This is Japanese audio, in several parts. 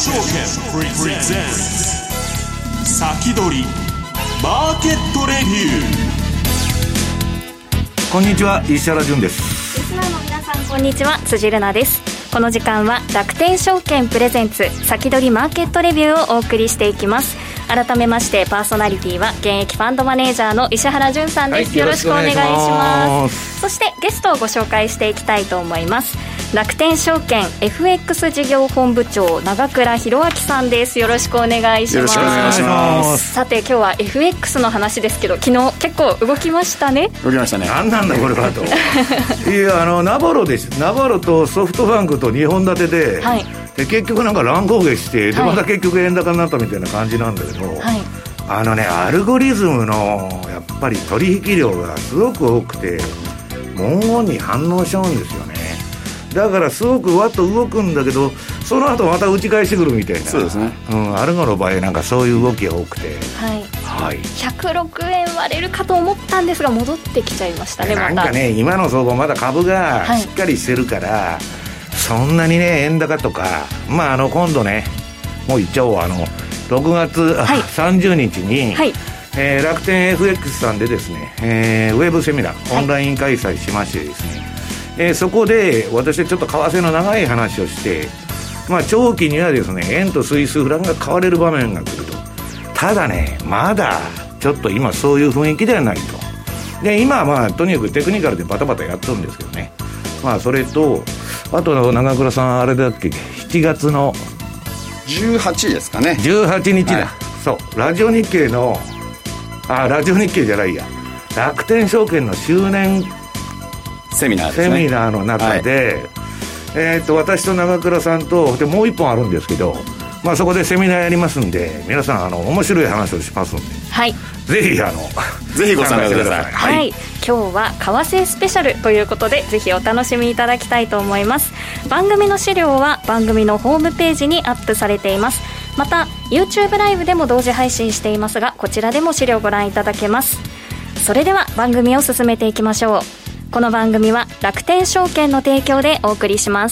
証券プレゼンツ先取りマーケットレビュー。 こんにちは、石原潤です。 リスナーの皆さん、こんにちは、辻るなです。この時間は楽天証券プレゼンツ先取りマーケットレビューをお送りしていきます。改めましてパーソナリティは現役ファンドマネージャーの石原潤さんです、はい、よろしくお願いします。そしてゲストをご紹介していきたいと思います。楽天証券 FX 事業本部長長倉弘明さんです。よろしくお願いします。 よろしくお願いします。 さて今日は FX の話ですけど、昨日結構動きましたね。 動きましたね。 何なんだこれはといやナバロです。ナバロとソフトバンクと2本立てで、はい、で結局なんか乱高下して、でまた結局円高になったみたいな感じなんだけど、はい、アルゴリズムのやっぱり取引量がすごく多くて文言に反応しちゃうんですよね。だからすごくわっと動くんだけど、その後また打ち返してくるみたいな。 そうですね、 アルゴの場合なんかそういう動きが多くて、 はいはい、106円割れるかと思ったんですが戻ってきちゃいましたね。 なんかね、今の相場まだ株がしっかりしてるから、はい、そんなにね円高とか、今度ねもう言っちゃおう、6月、はい、30日に、はい、楽天 FX さんでですね、ウェブセミナーオンライン開催しましてですね、そこで私はちょっと為替の長い話をして、長期にはですね円とスイスフランが買われる場面が来ると。ただね、まだちょっと今そういう雰囲気ではないと。で今はとにかくテクニカルでバタバタやっとるんですけどね。それとあと長倉さんあれだっけ、7月の 18ですかね、 18日だ、はい、そうラジオ日経じゃないや、楽天証券の周年セミナーですね。 セミナーの中で、はい、私と長倉さんとでもう一本あるんですけど、そこでセミナーやりますんで、皆さん面白い話をしますんで、はい、ぜひご参加ください。 はい、はい、今日は為替スペシャルということで、ぜひお楽しみいただきたいと思います。番組の資料は番組のホームページにアップされています。また YouTube ライブでも同時配信していますが、こちらでも資料をご覧いただけます。それでは番組を進めていきましょう。この番組は楽天証券の提供でお送りします。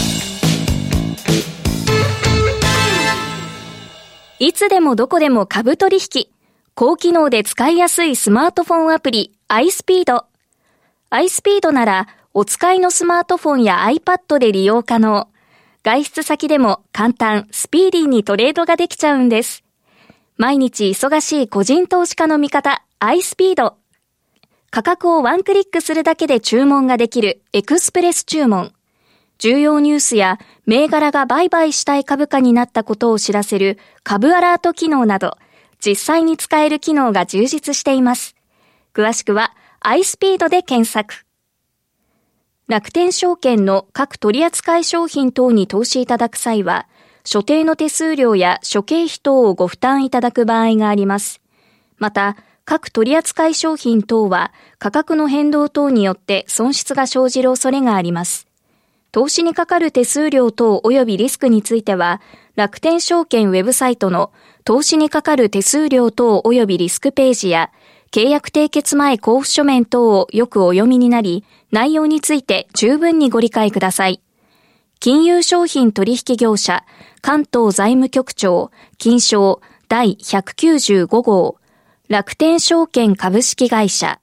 いつでもどこでも株取引、高機能で使いやすいスマートフォンアプリ iSpeed。iSpeed ならお使いのスマートフォンや iPad で利用可能。外出先でも簡単スピーディーにトレードができちゃうんです。毎日忙しい個人投資家の味方 iSpeed。価格をワンクリックするだけで注文ができるエクスプレス注文。重要ニュースや銘柄が売買したい株価になったことを知らせる株アラート機能など、実際に使える機能が充実しています。詳しくは iSpeed で検索。楽天証券の各取扱商品等に投資いただく際は、所定の手数料や諸経費等をご負担いただく場合があります。また、各取扱商品等は価格の変動等によって損失が生じる恐れがあります。投資にかかる手数料等及びリスクについては、楽天証券ウェブサイトの投資にかかる手数料等及びリスクページや、契約締結前交付書面等をよくお読みになり、内容について十分にご理解ください。金融商品取引業者、関東財務局長、金商第195号、楽天証券株式会社。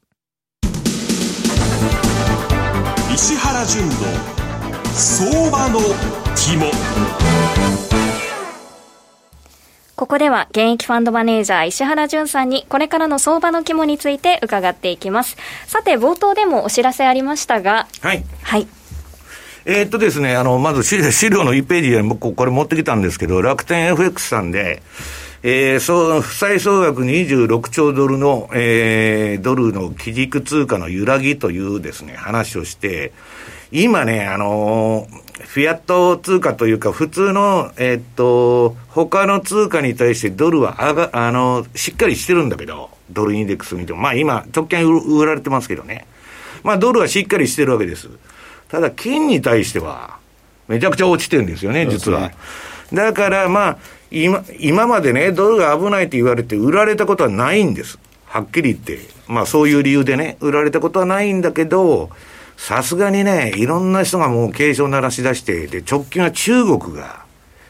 石原潤の相場の肝。 ここでは現役ファンドマネージャー石原潤さんにこれからの相場の肝について伺っていきます。さて冒頭でもお知らせありましたが、 はい、 はい、 ですね、まず資料の1ページでこれ持ってきたんですけど、楽天 FX さんで負債総額26兆ドルの、ドルの基軸通貨の揺らぎというですね、話をして、今ね、フィアット通貨というか、普通の、他の通貨に対してドルはしっかりしてるんだけど、ドルインデックス見ても、今、直近売られてますけどね。ドルはしっかりしてるわけです。ただ、金に対しては、めちゃくちゃ落ちてるんですよね、実は。だから今までね、ドルが危ないと言われて売られたことはないんです。はっきり言って。そういう理由でね、売られたことはないんだけど、さすがにね、いろんな人がもう警鐘を鳴らし出して、で、直近は中国が、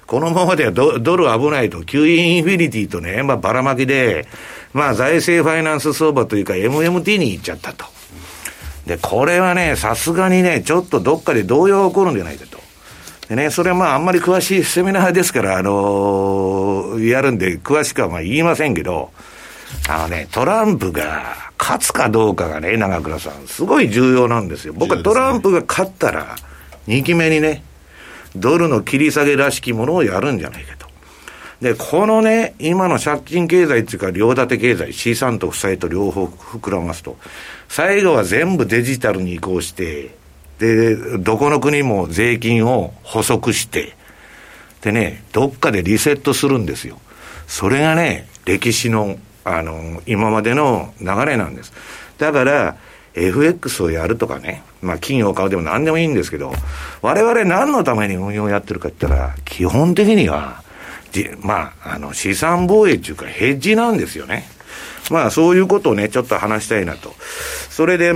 このままではドル危ないと、QE インフィニティとね、ばらまきで、財政ファイナンス相場というか MMT に行っちゃったと。で、これはね、さすがにね、ちょっとどっかで動揺が起こるんじゃないかと。でね、それはあんまり詳しいセミナーですから、やるんで、詳しくは言いませんけど、トランプが勝つかどうかがね、長倉さん、すごい重要なんですよ。僕はトランプが勝ったら、2期目にね、ドルの切り下げらしきものをやるんじゃないかと。で、このね、今の借金経済っていうか、両立て経済、資産と負債と両方膨らますと、最後は全部デジタルに移行して、で、どこの国も税金を補足して、でね、どっかでリセットするんですよ。それがね、歴史の、今までの流れなんです。だから、FX をやるとかね、金を買うでも何でもいいんですけど、我々何のために運用をやってるかって言ったら、基本的には、資産防衛っていうかヘッジなんですよね。そういうことをね、ちょっと話したいなと。それで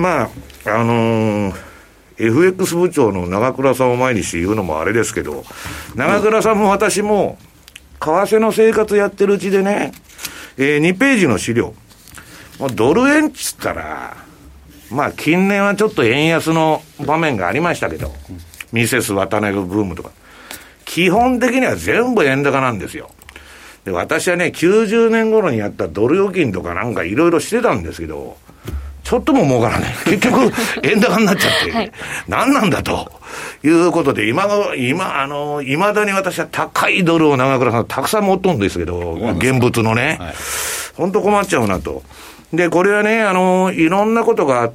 FX 部長の長倉さんを前にして言うのもあれですけど、長倉さんも私も、為替の生活やってるうちでね、2ページの資料。ドル円っつったら、近年はちょっと円安の場面がありましたけど、ミセス渡辺ブームとか。基本的には全部円高なんですよ。で、私はね、90年頃にやったドル預金とかなんかいろいろしてたんですけど、ちょっとも儲からない。結局、円高になっちゃって、はい、何なんだということで、未だに私は高いドルを長倉さんたくさん持っとるんですけど、現物のね、はい、本当困っちゃうなと。で、これはね、いろんなことがあって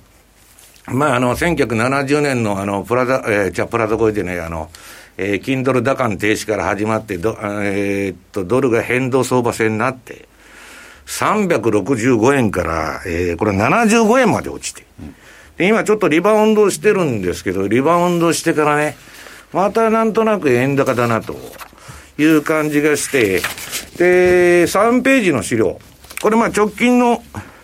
、1970年のプラザ超えてね、金ドル打艦停止から始まってドルが変動相場制になって、365円から、これ75円まで落ちて、で、今ちょっとリバウンドしてるんですけど、リバウンドしてからね、またなんとなく円高だなという感じがして、で、3ページの資料。これ直近の、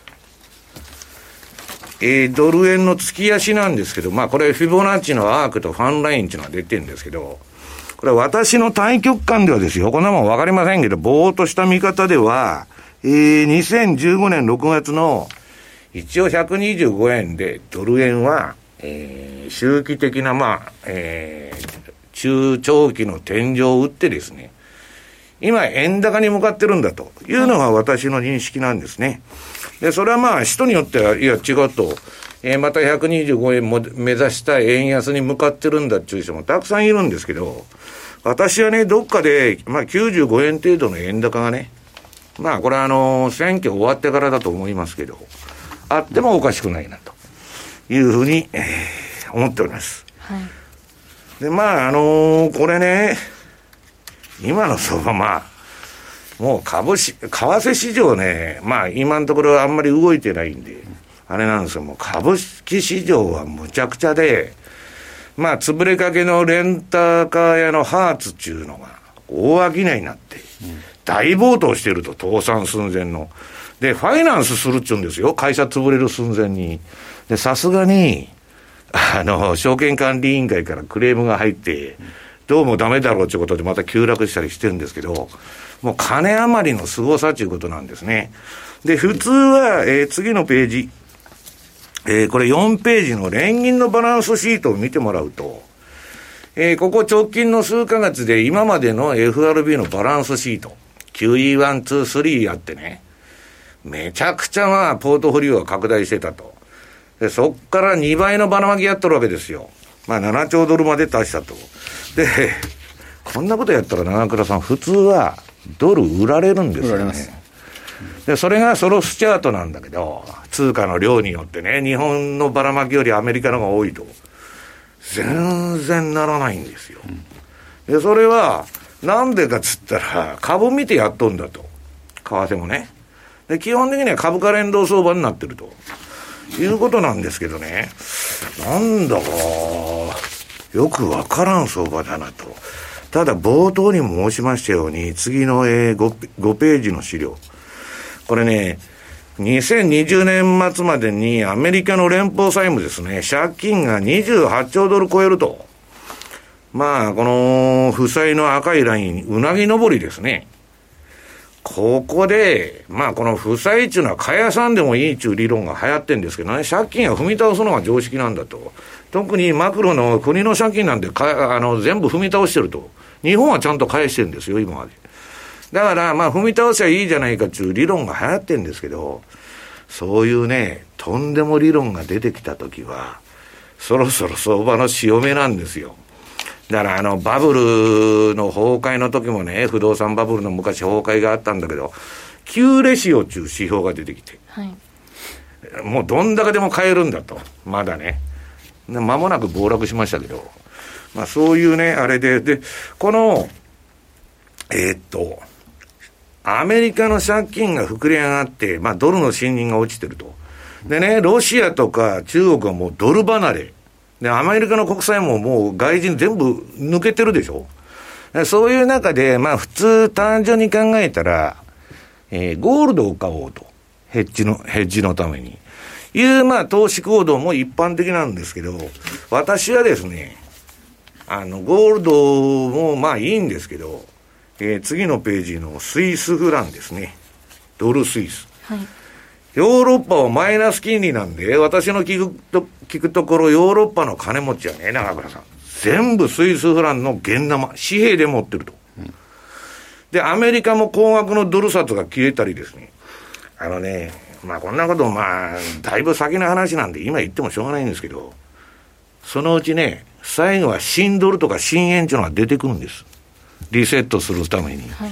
ドル円の月足なんですけど、これフィボナッチのアークとファンラインっていうのが出てるんですけど、これ私の対極観ではですよ、こんなもんわかりませんけど、ぼーっとした見方では、2015年6月の一応125円でドル円は、周期的な中長期の天井を打ってですね、今円高に向かってるんだというのが私の認識なんですね。で、それは人によっては、いや違うと、また125円も目指した円安に向かってるんだっていう人もたくさんいるんですけど、私はね、どっかで、95円程度の円高がね、これは選挙終わってからだと思いますけど、あってもおかしくないなというふうに、思っております。はい、で、これね、今の相場もう為替市場ね、今のところあんまり動いてないんで、あれなんですよ、もう株式市場はむちゃくちゃで、潰れかけのレンタカー屋のハーツっていうのが大商いになって、大暴騰してると、倒産寸前の。で、ファイナンスするっちゅうんですよ、会社潰れる寸前に。で、さすがに、証券管理委員会からクレームが入って、どうもダメだろうということでまた急落したりしてるんですけど、もう金余りの凄さということなんですね。で、普通は、次のページ、これ4ページの連銀のバランスシートを見てもらうと、ここ直近の数ヶ月で今までの FRB のバランスシート、QE1、2、3やってね、めちゃくちゃポートフォリオが拡大してたと。で、そっから2倍のばらまきやっとるわけですよ。7兆ドルまで達したと。で、こんなことやったら長倉さん、普通はドル売られるんですよね。売られます。で、それがソロスチャートなんだけど、通貨の量によってね、日本のばらまきよりアメリカの方が多いと。全然ならないんですよ。で、それは、なんでかっつったら、株見てやっとんだと。為替もね。で、基本的には株価連動相場になってると。いうことなんですけどね。なんだか、よくわからん相場だなと。ただ、冒頭にも申しましたように、次の 5ページの資料。これね、2020年末までにアメリカの連邦債務ですね、借金が28兆ドル超えると。 まあ、この、負債の赤いライン、うなぎ登りですね。ここで、まあ、この負債っていうのは、返さんでもいいっていう理論が流行ってるんですけどね、借金は踏み倒すのが常識なんだと。特にマクロの国の借金なんて全部踏み倒してると。日本はちゃんと返してるんですよ、今まで。だから、まあ、踏み倒しゃいいじゃないかっていう理論が流行ってるんですけど、そういうね、とんでも理論が出てきたときは、そろそろ相場の潮目なんですよ。だからバブルの崩壊の時もね、不動産バブルの昔崩壊があったんだけど、Qレシオっていう指標が出てきて、はい、もうどんだけでも買えるんだと、まだね。間もなく暴落しましたけど、まあそういうね、あれで、この、アメリカの借金が膨れ上がって、まあドルの信任が落ちてると。でね、ロシアとか中国はもうドル離れ。で、アメリカの国債ももう外人全部抜けてるでしょ。そういう中で、まあ普通単純に考えたら、ゴールドを買おうと。ヘッジのために。いう、まあ投資行動も一般的なんですけど、私はですね、ゴールドもまあいいんですけど、次のページのスイスフランですね。ドルスイス。はい。ヨーロッパはマイナス金利なんで、私の聞くところ、ヨーロッパの金持ちはね、長倉さん、全部スイスフランの現玉、紙幣で持ってると。で、アメリカも高額のドル札が消えたりですね。まあこんなことまあ、だいぶ先の話なんで、今言ってもしょうがないんですけど、そのうちね、最後は新ドルとか新円っていうのが出てくるんです。リセットするために。はい、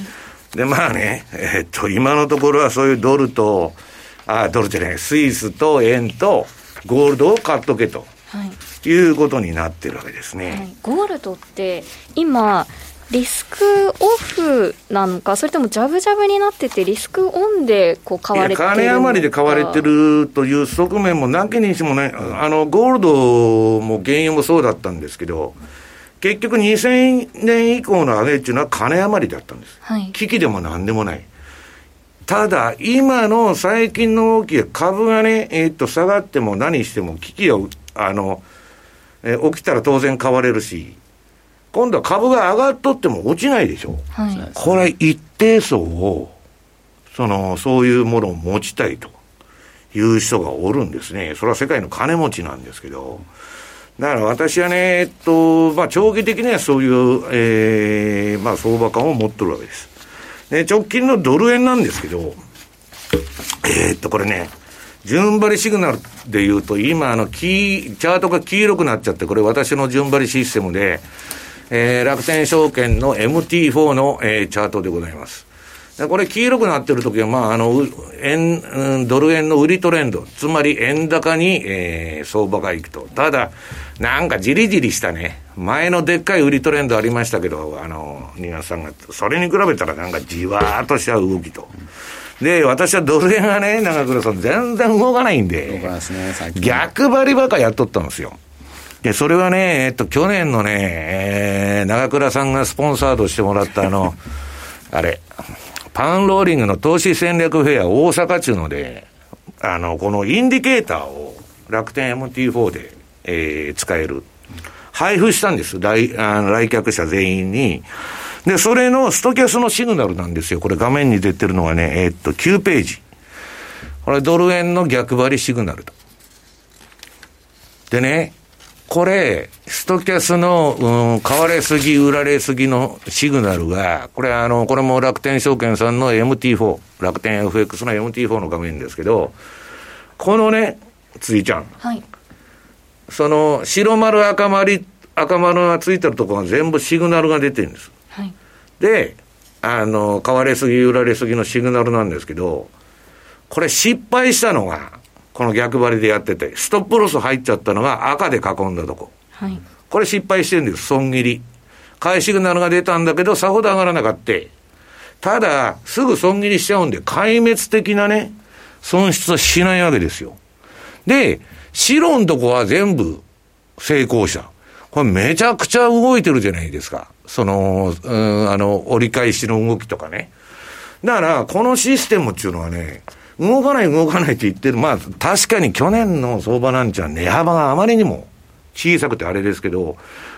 で、まあね、今のところはそういうドルと、ドルじゃない、スイスと円とゴールドを買っとけと、はい、いうことになってるわけですね。はい、 ゴールドって今リスクオフなのか、それともジャブジャブになっててリスクオンでこう買われてるのか。 金余りで買われてるという側面もなきにしもね、ゴールドも原油もそうだったんですけど、結局2000年以降の上げっていうのは金余りだったんです。はい、危機でも何でもない。ただ、今の最近の動きで株がね、下がっても何しても危機が、起きたら当然買われるし、今度は株が上がっとっても落ちないでしょ。はい、これ一定層を、そういうものを持ちたいという人がおるんですね。それは世界の金持ちなんですけど。だから私はね、まあ、長期的にはそういう、まあ、相場感を持ってるわけです。直近のドル円なんですけど、これね、順張りシグナルで言うと、今チャートが黄色くなっちゃって、これ私の順張りシステムで、楽天証券の MT4 の、チャートでございます。これ黄色くなってるときは、まあ、ドル円の売りトレンド、つまり円高に、相場が行くと。ただ、なんかじりじりしたね、前のでっかい売りトレンドありましたけど、皆さんが、それに比べたらなんかじわーっとした動きと。で、私はドル円がね、長倉さん全然動かないんで、動かないですね、最近逆張りばっかやっとったんですよ。で、それはね、去年のね、長倉さんがスポンサードしてもらったあれ、パンローリングの投資戦略フェア大阪中ので、このインディケーターを楽天 MT4 で、使える。配布したんです。来客者全員に。で、それのストキャスのシグナルなんですよ。これ画面に出てるのがね、9ページ。これドル円の逆張りシグナルと。でね、これ、ストキャスの、買われすぎ、売られすぎのシグナルが、これこれも楽天証券さんの MT4、楽天 FX の MT4 の画面ですけど、このね、ついちゃん。はい。白丸赤丸がついてるところが全部シグナルが出てるんです。はい。で、買われすぎ、売られすぎのシグナルなんですけど、これ失敗したのが、この逆張りでやってて、ストップロス入っちゃったのが赤で囲んだとこ。はい。これ失敗してるんです、損切り。買いシグナルが出たんだけど、さほど上がらなかった。ただ、すぐ損切りしちゃうんで、壊滅的なね、損失はしないわけですよ。で、白のとこは全部成功した。これめちゃくちゃ動いてるじゃないですか。折り返しの動きとかね。だから、このシステムっていうのはね、動かないって言ってる。まあ、確かに去年の相場なんちゃ値幅があまりにも小さくてあれですけど、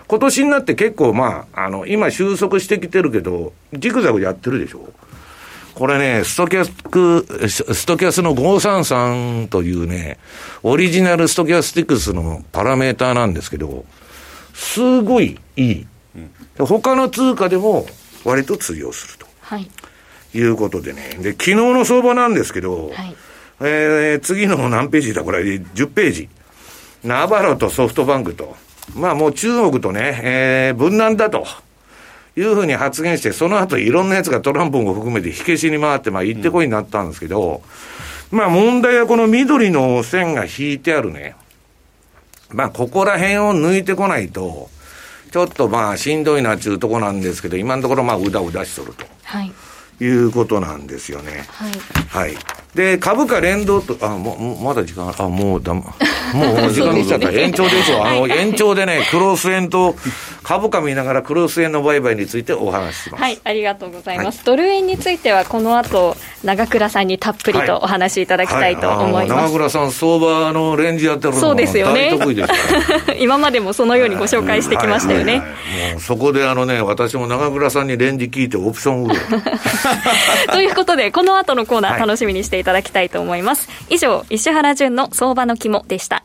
今年になって結構今収束してきてるけど、ジグザグやってるでしょ。これね、ストキャスの533というね、オリジナルストキャスティクスのパラメーターなんですけど、すごいいい。他の通貨でも割と通用すると。はい。いうことでね。で、昨日の相場なんですけど、はい、次の何ページだこれ、10ページ。ナバロとソフトバンクと。もう中国とね、分断だと。いうふうに発言して、その後いろんなやつがトランプも含めて火消しに回って、行ってこいになったんですけど、問題はこの緑の線が引いてあるね。ここら辺を抜いてこないと、ちょっとしんどいなっていうとこなんですけど、今のところうだうだしとると。はい。いうことなんですよね。はい。はい。で、株価連動と、まだ時間、もう時間にしちゃった。延長ですよ。延長でね、クロス円と、株価見ながらクロス円の売買についてお話しします。 はい、ありがとうございます。ドル円については、この後、長倉さんにたっぷりとお話しいただきたいと思います。 長倉さん、相場のレンジやってるのが大得意ですから。 今までもそのようにご紹介してきましたよね。 もうそこで私も長倉さんにレンジ聞いてオプション売る。 ということで、この後のコーナー楽しみにしていただきたいと思います。以上、石原潤の相場の肝でした。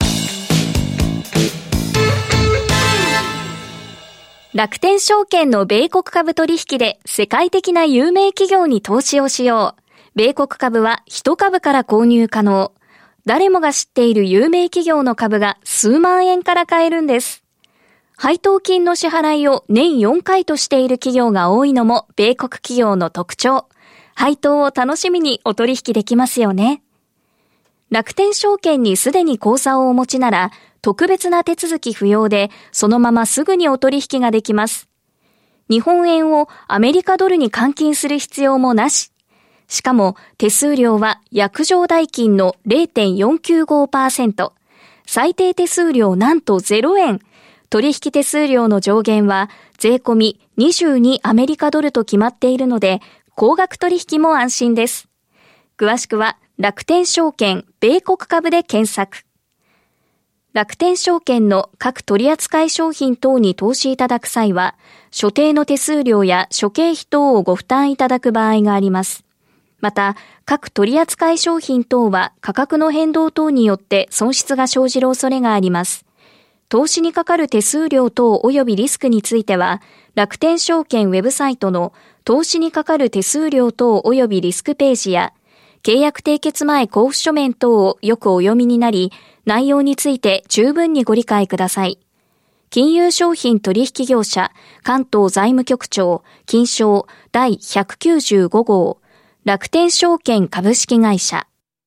楽天証券の米国株取引で世界的な有名企業に投資をしよう。米国株は1株から購入可能。誰もが知っている有名企業の株が数万円から買えるんです。配当金の支払いを年4回としている企業が多いのも米国企業の特徴。配当を楽しみにお取引できますよね。楽天証券にすでに口座をお持ちなら、特別な手続き不要で、そのまますぐにお取引ができます。日本円をアメリカドルに換金する必要もなし。しかも手数料は約定代金の 0.495%。最低手数料なんと0円。取引手数料の上限は税込み22アメリカドルと決まっているので、高額取引も安心です。詳しくは楽天証券米国株で検索。楽天証券の各取扱商品等に投資いただく際は、所定の手数料や諸経費等をご負担いただく場合があります。また、各取扱商品等は価格の変動等によって損失が生じる恐れがあります。投資にかかる手数料等及びリスクについては、楽天証券ウェブサイトの投資にかかる手数料等及びリスクページや、契約締結前交付書面等をよくお読みになり、内容について十分にご理解ください。金融商品取引業者関東財務局長金商第195号楽天証券株式会社。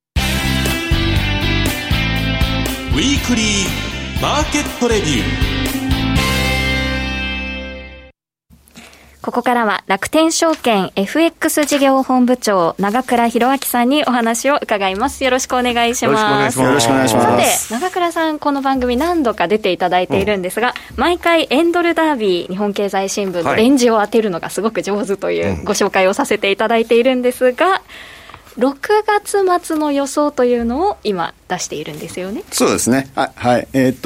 ウィークリーマーケットレビュー。 ここからは楽天証券 FX 事業本部長長倉弘明さんにお話を伺います。よろしくお願いします。 よろしくお願いします。 さて、長倉さん、この番組何度か出ていただいているんですが、毎回エンドルダービー日本経済新聞のレンジを当てるのがすごく上手というご紹介をさせていただいているんですが、6月末の予想というのを今出しているんですよね。 そうですね。はい。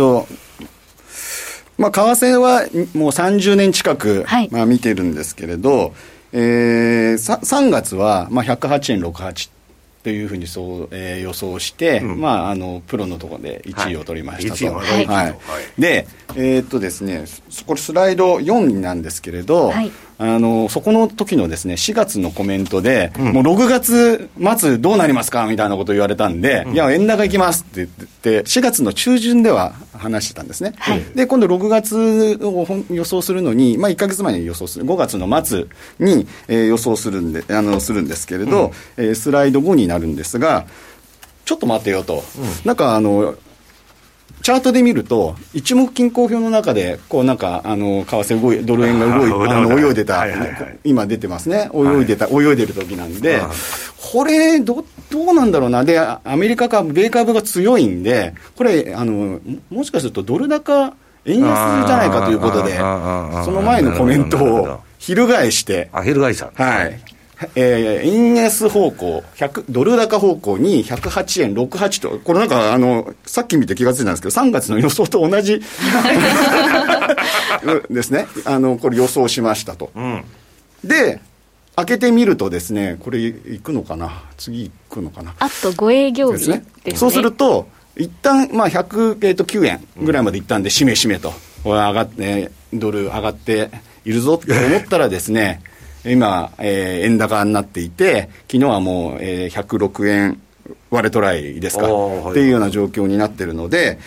為替はもう30年近く、見てるんですけれど、3月は108円68というふうに予想して、プロのところで1位を取りましたと。で、ですね、これスライド4なんですけれど、そこの時のですね、4月のコメントで、もう6月末どうなりますかみたいなことを言われたんで、いや、円高いきますって言って、4月の中旬では話してたんですね。で、今度6月を予想するのに、1ヶ月前に予想する、5月の末に、予想するんで、するんですけれど、スライド5になるんですが、ちょっと待ってよと。なんかチャートで見ると一目均衡表の中でこうなんか為替ドル円が泳いでた、今出てますね、泳いでる時なんで、これどうなんだろうな。でアメリカ株米株が強いんで、これもしかするとドル高円安じゃないかということで、その前のコメントを翻して翻した、 円安方向ドル高方向に108円68と、これなんかさっき見て気がついたんですけど、3月の予想と同じですね、これ予想しましたと、で開けてみるとですね、これいくのかな、次いくのかな、 あと5営業日ですね。 そうすると一旦109円ぐらいまでいったんで、しめしめと上がって、ドル上がっているぞって思ったらですね今、円高になっていて、昨日はもう、106円割れトライですか、っていうような状況になっているので、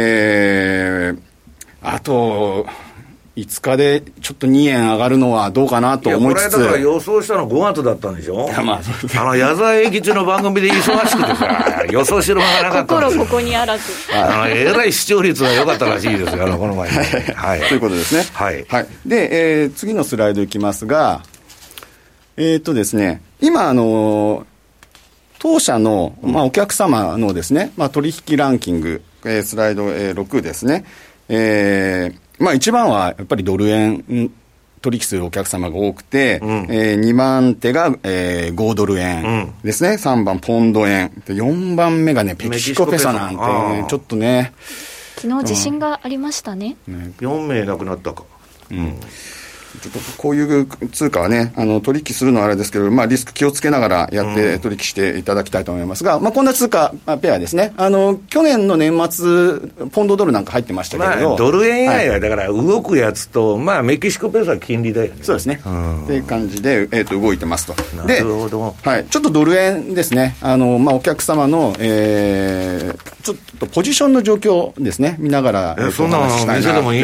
あと5日でちょっと2円上がるのはどうかなと思いつつ、 これだから予想したの5月だったんでしょ。矢沢永吉の番組で忙しくてさ予想してる間がなかったんですよ。 心ここにあらずえらい視聴率が良かったらしいですよこの前に、はい、 ということですね。 はい、 はい、で、次のスライドいきますが、ですね、今当社の、お客様のですね、取引ランキング、スライド、6ですね、一番はやっぱりドル円取引するお客様が多くて、2番手が、5ドル円ですね、3番ポンド円で、4番目がねメキシコペソなんて、ね、ちょっとね昨日地震がありましたね、 4名亡くなったか、 ちょっとこういう通貨はね、取引するのはあれですけど、リスク気をつけながらやって取引していただきたいと思いますが、こんな通貨ペアですね。去年の年末ポンドドルなんか入ってましたけど、 ドル円以外はだから動くやつと、メキシコペソは金利だよね。 そうですね、っていう感じで、動いてますと。 なるほど。 はい、ちょっとドル円ですね、お客様の、ちょっとポジションの状況ですね、見ながら、 そんなの見せてもいいの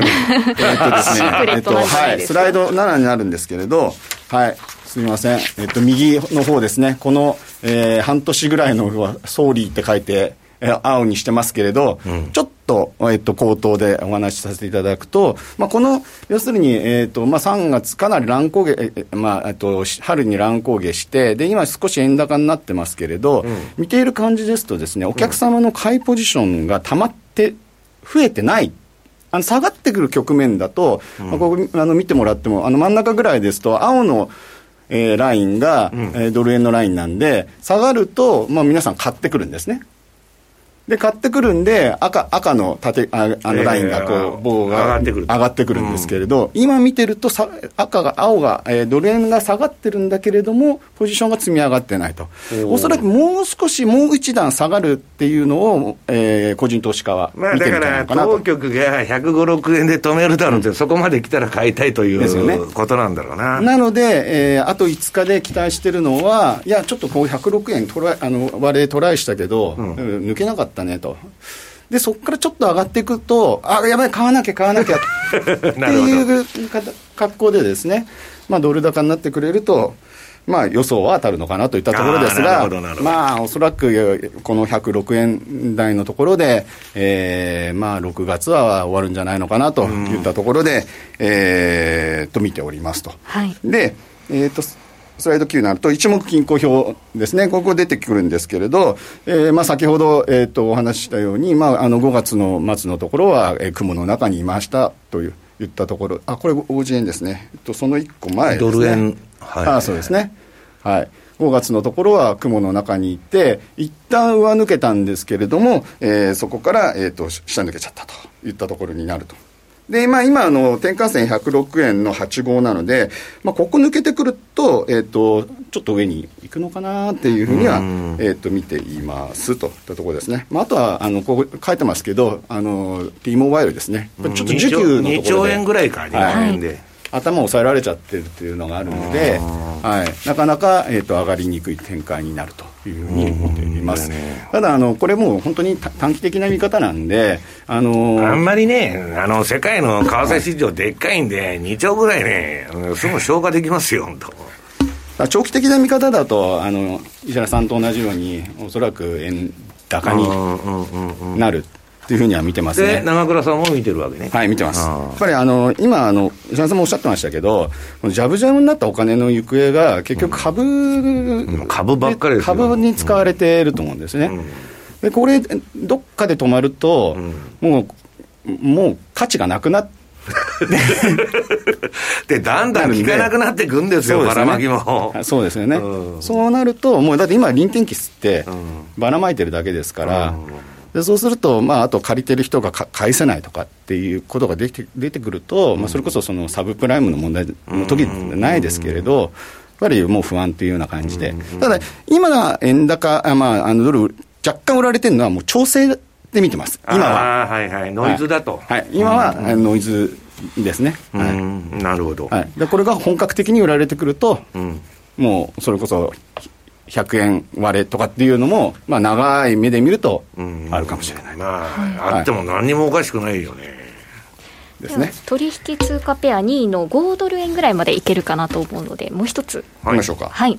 はい、スライド7になるんですけれど、はい、すみません、右の方ですね、この、半年ぐらいのソーリーって書いて、青にしてますけれど、ちょっと、口頭でお話しさせていただくと、この要するに、3月かなり乱高下、春に乱高下して、で今少し円高になってますけれど、見ている感じですとですね、お客様の買いポジションがたまって増えてない。下がってくる局面だと、ここ見てもらっても、真ん中ぐらいですと青の、ラインが、ドル円のラインなんで、下がると、皆さん買ってくるんですね。で買ってくるんで赤のラインが棒が上がってくるんですけれど、今見てると青が、ドル円が下がってるんだけれどもポジションが積み上がってないと。おそらくもう少しもう一段下がるっていうのを、個人投資家は見てるんじゃないかなと。 だから当局が105、6円で止めるだろうって、そこまで来たら買いたいということなんだろうな。 なので、あと5日で期待してるのは、いやちょっとこう106円割れトライしたけど、抜けなかったねと。でそこからちょっと上がっていくと、やばい買わなきゃっていう格好でですね、ドル高になってくれると、予想は当たるのかなといったところですが、おそらくこの106円台のところで、6月は終わるんじゃないのかなといったところで、と見ておりますと。 はい、 で、スライド9になると一目均衡表ですね、ここ出てくるんですけれど、先ほど、お話ししたように、5月の末のところは、雲の中にいましたと言ったところ、これ50円ですね、その1個前ですね、 ドル円、はい、 そうですね、はい、5月のところは雲の中にいて一旦上抜けたんですけれども、そこから、下抜けちゃったといったところになると。で今転換線106円の85なので、ここ抜けてくると、ちょっと上に行くのかなっていうふうには、見ていますといったところですね。あとはここ書いてますけどT モバイルですね、ちょっと需給のところで 2兆円ぐらいか2円で、 頭を抑えられちゃってるっていうのがあるので、なかなか、上がりにくい展開になるというふうに思っています。ただこれもう本当に短期的な見方なんで、 あんまりね世界の為替市場でっかいんで2兆ぐらいねすぐ消化できますよ本当。 長期的な見方だと石原さんと同じようにおそらく円高になるというふうには見てますね。 で長倉さんも見てるわけね。 はい、見てます。やっぱり今石原さんもおっしゃってましたけど、ジャブジャブになったお金の行方が結局株ばっかりですよ。 株に使われていると思うんですね。でこれどっかで止まると、もう価値がなくなってでだんだん効かなくなっていくんですよ、ばらまきも。 そうですよね、そうなるともうだって今臨転機吸ってばらまいてるだけですから、 でそうすると、あと借りてる人が返せないとかっていうことが出てくると、それこそそのサブプライムの問題の時じゃないですけれど、やっぱりもう不安というような感じで、ただ今は円高、ドル若干売られてるのはもう調整で見てます。今ははいはい、ノイズだと、 はい、今はノイズですね。 なるほど、 はい、でこれが本格的に売られてくると、もうそれこそ100円割れとかっていうのも、長い目で見るとあるかもしれない。 あっても何にもおかしくないよね。 ですね。 取引通貨ペア2位の5ドル円ぐらいまでいけるかなと思うので、もう一ついきましょうか。 はい。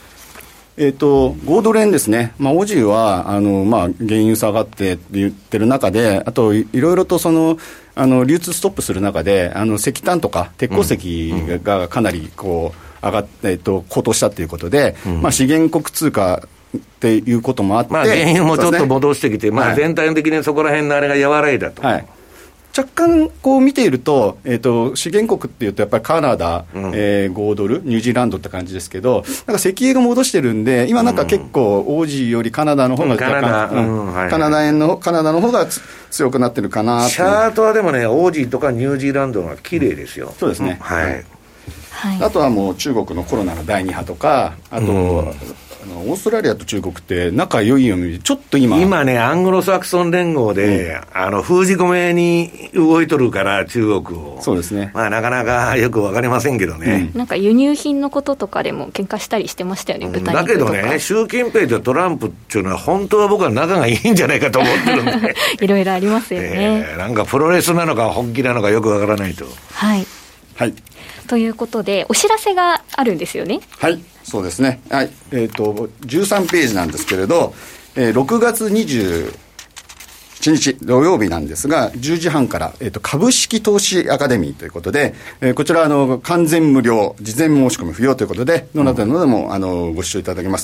5ドル円ですね。オジーは原油下がってって言ってる中で、あといろいろと流通ストップする中で石炭とか鉄鉱石がかなり上がって、高騰したということで、資源国通貨っていうこともあって、 原油もちょっと戻してきて、全体的にそこら辺のあれが和らいだと、 若干見ていると、資源国っていうとやっぱりカナダ、5ドルニュージーランドって感じですけど、なんか石油が戻してるんで、今なんか結構オージーよりカナダの方が若干、カナダの方が強くなってるかな。 チャートはでもね、オージーとかニュージーランドが綺麗ですよ。 そうですね。 はい、 あとはもう中国のコロナの第2波とか、あと、オーストラリアと中国って仲良いようにちょっと今ね、アングロサクソン連合で、封じ込めに動いとるから中国を。 そうですね。 なかなかよく分かりませんけどね、 なんか輸入品のこととかでも喧嘩したりしてましたよね、豚肉とか。 だけどね、習近平とトランプっていうのは本当は僕は仲がいいんじゃないかと思ってるんでいろいろありますよね、 なんかプロレスなのか本気なのかよく分からないと。 はい、 はい、 ということでお知らせがあるんですよね。 はい、そうですね。はい、13ページなんですけれど、6月27日土曜日なんですが、10時半から、株式投資アカデミーということで、こちら完全無料、事前申し込み不要ということで、どなたのでもご視聴いただけます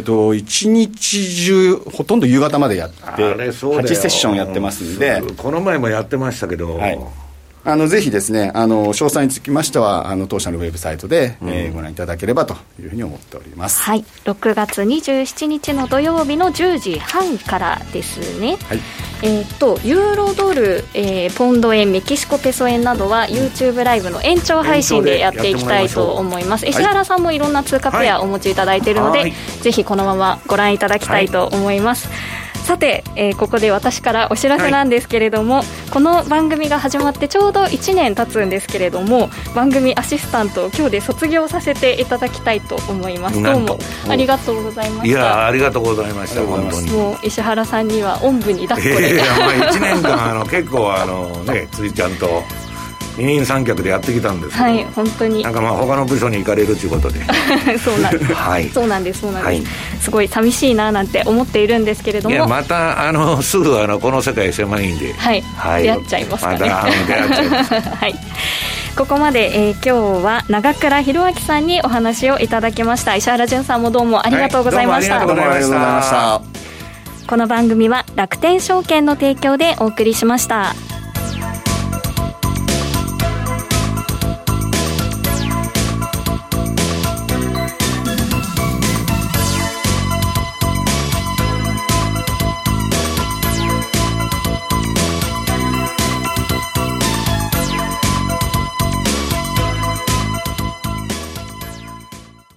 。1日中ほとんど夕方までやって8セッションやってますんで、 この前もやってましたけど、 ぜひですね、詳細につきましては当社のウェブサイトで、ご覧いただければというふうに思っております。 はい、6月27日の土曜日の10時半からですね。はい、ユーロドル、ポンド円、メキシコペソ円などは YouTube ライブの延長配信でやっていきたいと思います。石原さんもいろんな通貨ペアお持ちいただいているので、ぜひこのままご覧いただきたいと思います。さて、ここで私からお知らせなんですけれども、この番組が始まってちょうど1年経つんですけれども、番組アシスタントを今日で卒業させていただきたいと思います。どうもありがとうございました。 いや、ありがとうございました。本当にもう石原さんにはおんぶに抱っこで、 1年間結構ついちゃんと二人三脚でやってきたんですけど、 はい、本当になんか他の部署に行かれるということでそうなんです、はい、そうなんです、はい、すごい寂しいななんて思っているんですけれども、 いやまたすぐこの世界狭いんで、 はい、はい、出会っちゃいますかね。 また出会っちゃいます、 はい、ここまで、今日は長倉弘明さんにお話をいただきました。石原潤さんもどうもありがとうございました。 どうもありがとうございました。 この番組は楽天証券の提供でお送りしました。